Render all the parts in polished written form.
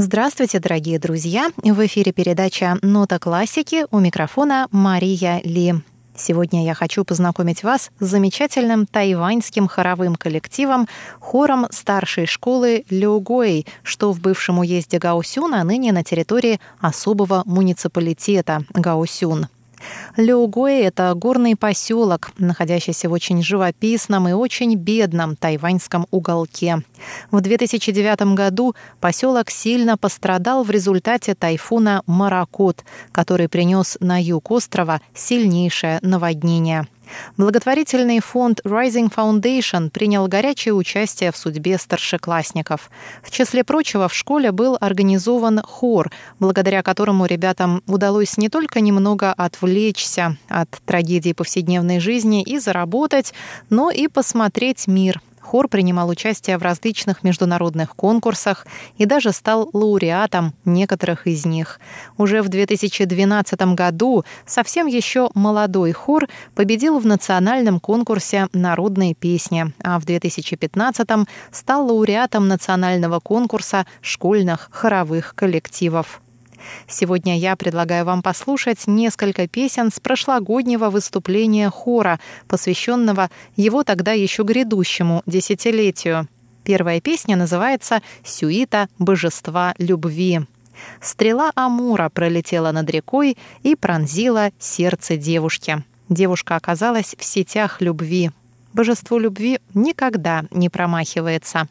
Здравствуйте, дорогие друзья! В эфире передача «Нота классики», у микрофона Мария Ли. Сегодня я хочу познакомить вас с замечательным тайваньским хоровым коллективом, хором старшей школы Люогуэй, что в бывшем уезде Гаосюн, а ныне на территории особого муниципалитета Гаосюн. Люогуэй — это горный поселок, находящийся в очень живописном и очень бедном тайваньском уголке. В 2009 году поселок сильно пострадал в результате тайфуна Моракот, который принес на юг острова сильнейшее наводнение. Благотворительный фонд Rising Foundation принял горячее участие в судьбе старшеклассников. В числе прочего, в школе был организован хор, благодаря которому ребятам удалось не только немного отвлечься от трагедий повседневной жизни и заработать, но и посмотреть мир. Хор принимал участие в различных международных конкурсах и даже стал лауреатом некоторых из них. Уже в 2012 году совсем еще молодой хор победил в национальном конкурсе народной песни, а в 2015 стал лауреатом национального конкурса школьных хоровых коллективов. Сегодня я предлагаю вам послушать несколько песен с прошлогоднего выступления хора, посвященного его тогда еще грядущему десятилетию. Первая песня называется «Сюита божества любви». Стрела Амура пролетела над рекой и пронзила сердце девушки. Девушка оказалась в сетях любви. Божество любви никогда не промахивается.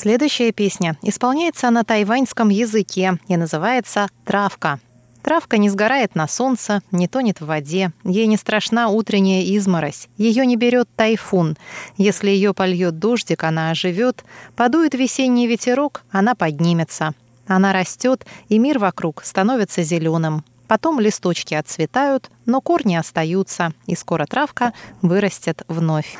Следующая песня исполняется на тайваньском языке и называется «Травка». Травка не сгорает на солнце, не тонет в воде. Ей не страшна утренняя изморозь. Ее не берет тайфун. Если ее польет дождик, она оживет. Подует весенний ветерок, она поднимется. Она растет, и мир вокруг становится зеленым. Потом листочки отцветают, но корни остаются, и скоро травка вырастет вновь.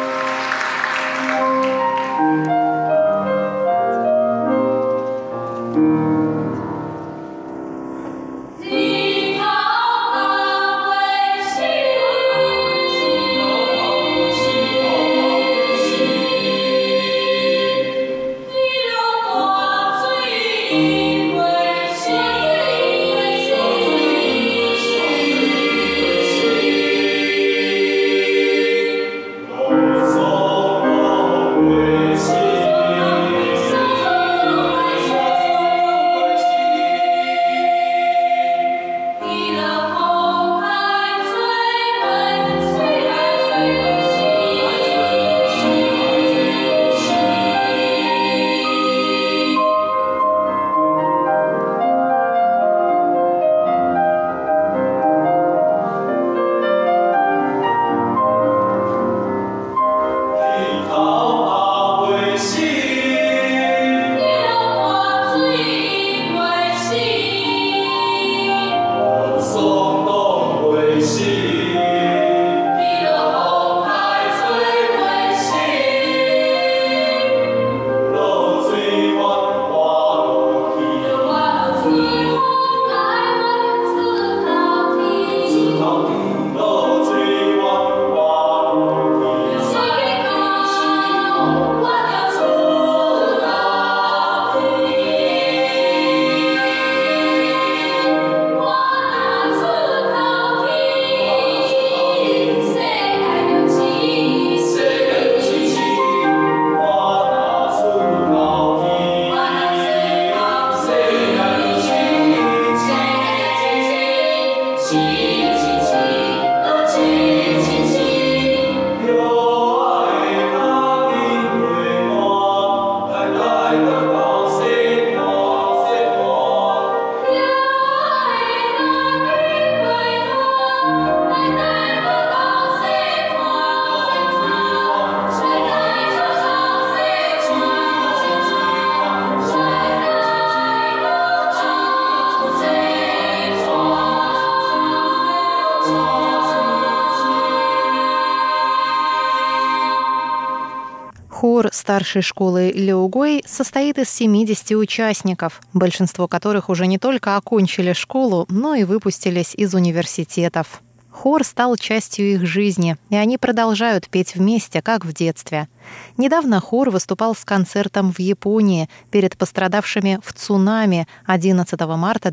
Хор старшей школы Ляогуй состоит из 70 участников, большинство которых уже не только окончили школу, но и выпустились из университетов. Хор стал частью их жизни, и они продолжают петь вместе, как в детстве. Недавно хор выступал с концертом в Японии перед пострадавшими в цунами 11 марта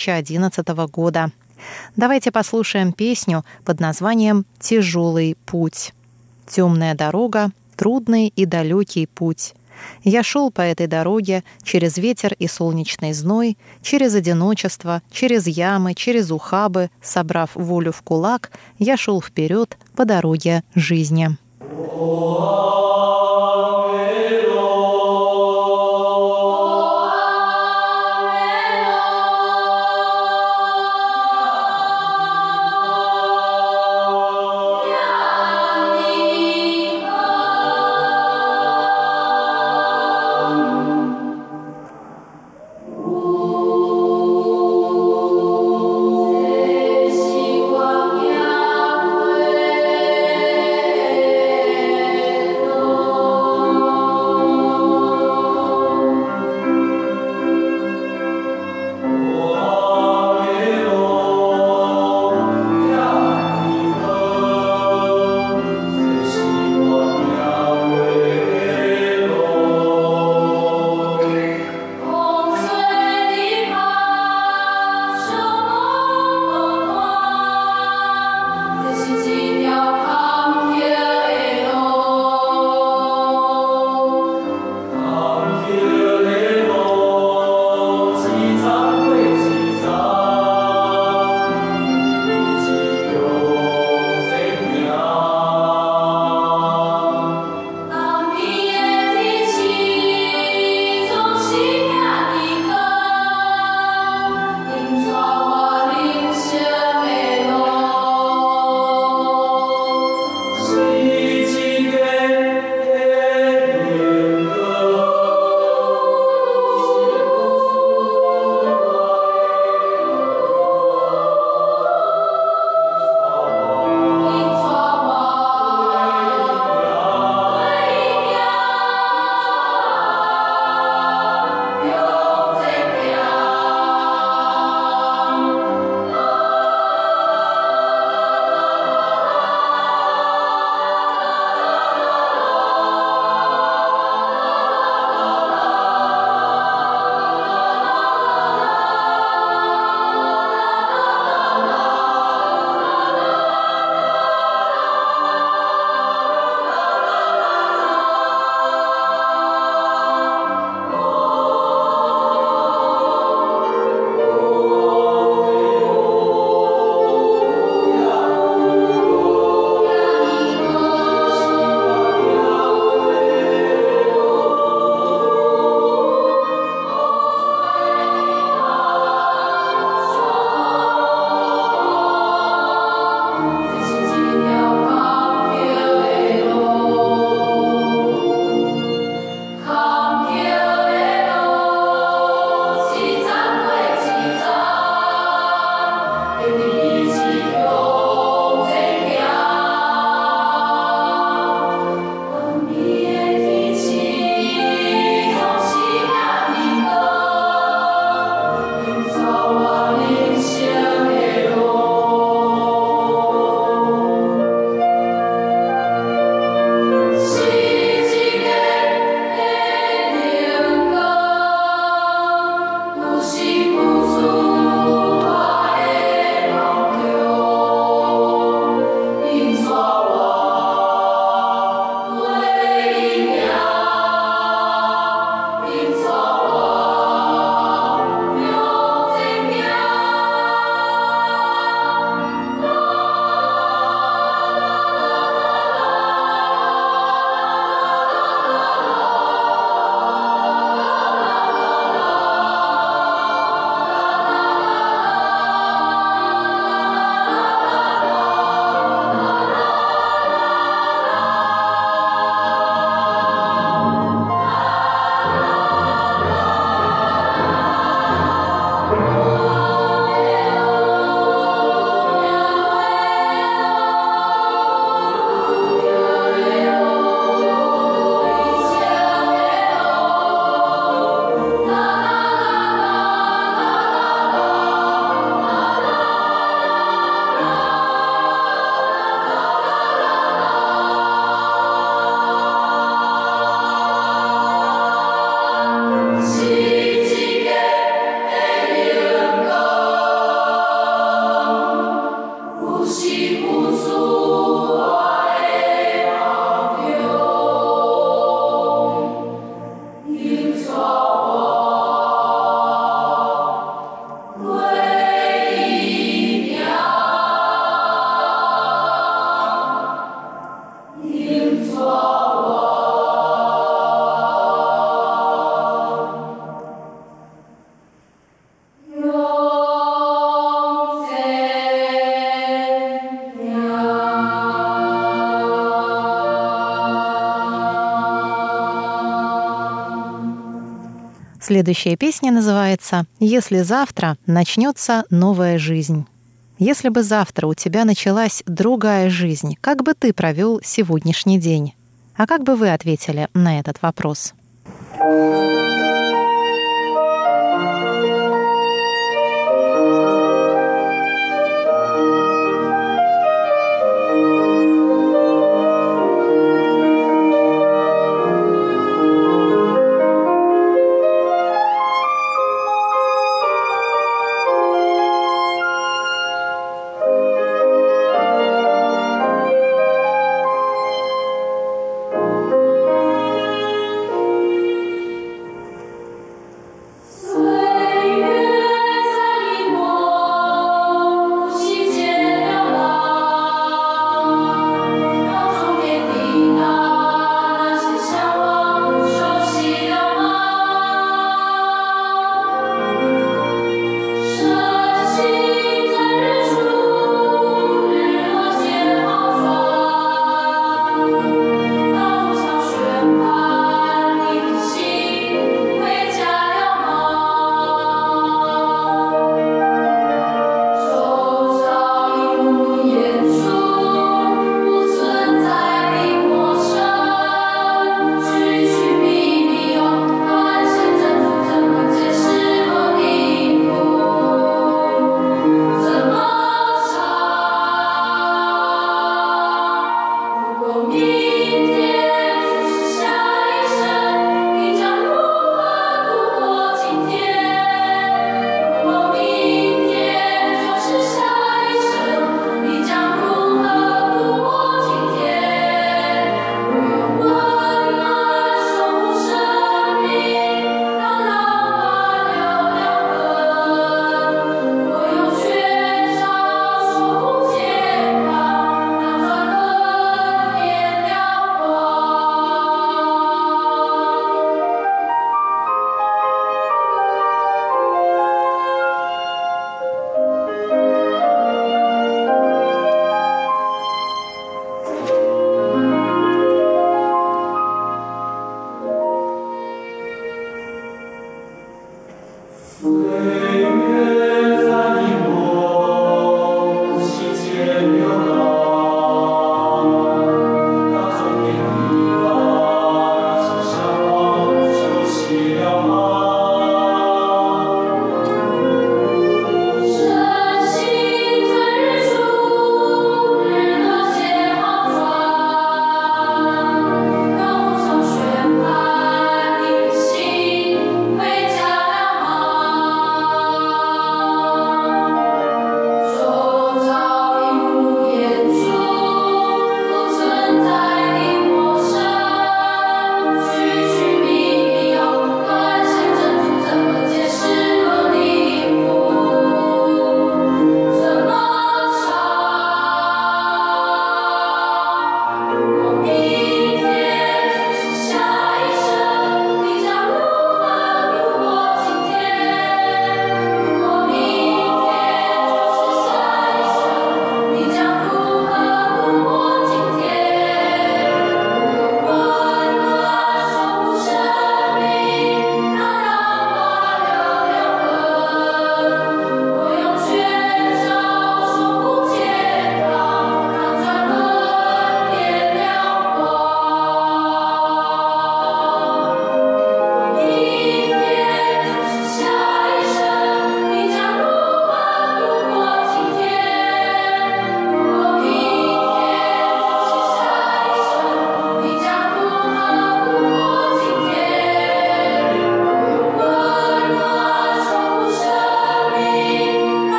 2011 года. Давайте послушаем песню под названием «Тяжелый путь». Темная дорога, трудный и далекий путь. Я шел по этой дороге через ветер и солнечный зной, через одиночество, через ямы, через ухабы, собрав волю в кулак, я шел вперед по дороге жизни. Следующая песня называется «Если завтра начнется новая жизнь». Если бы завтра у тебя началась другая жизнь, как бы ты провел сегодняшний день? А как бы вы ответили на этот вопрос?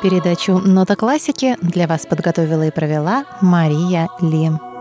Передачу «Нота классики» для вас подготовила и провела Мария Ли.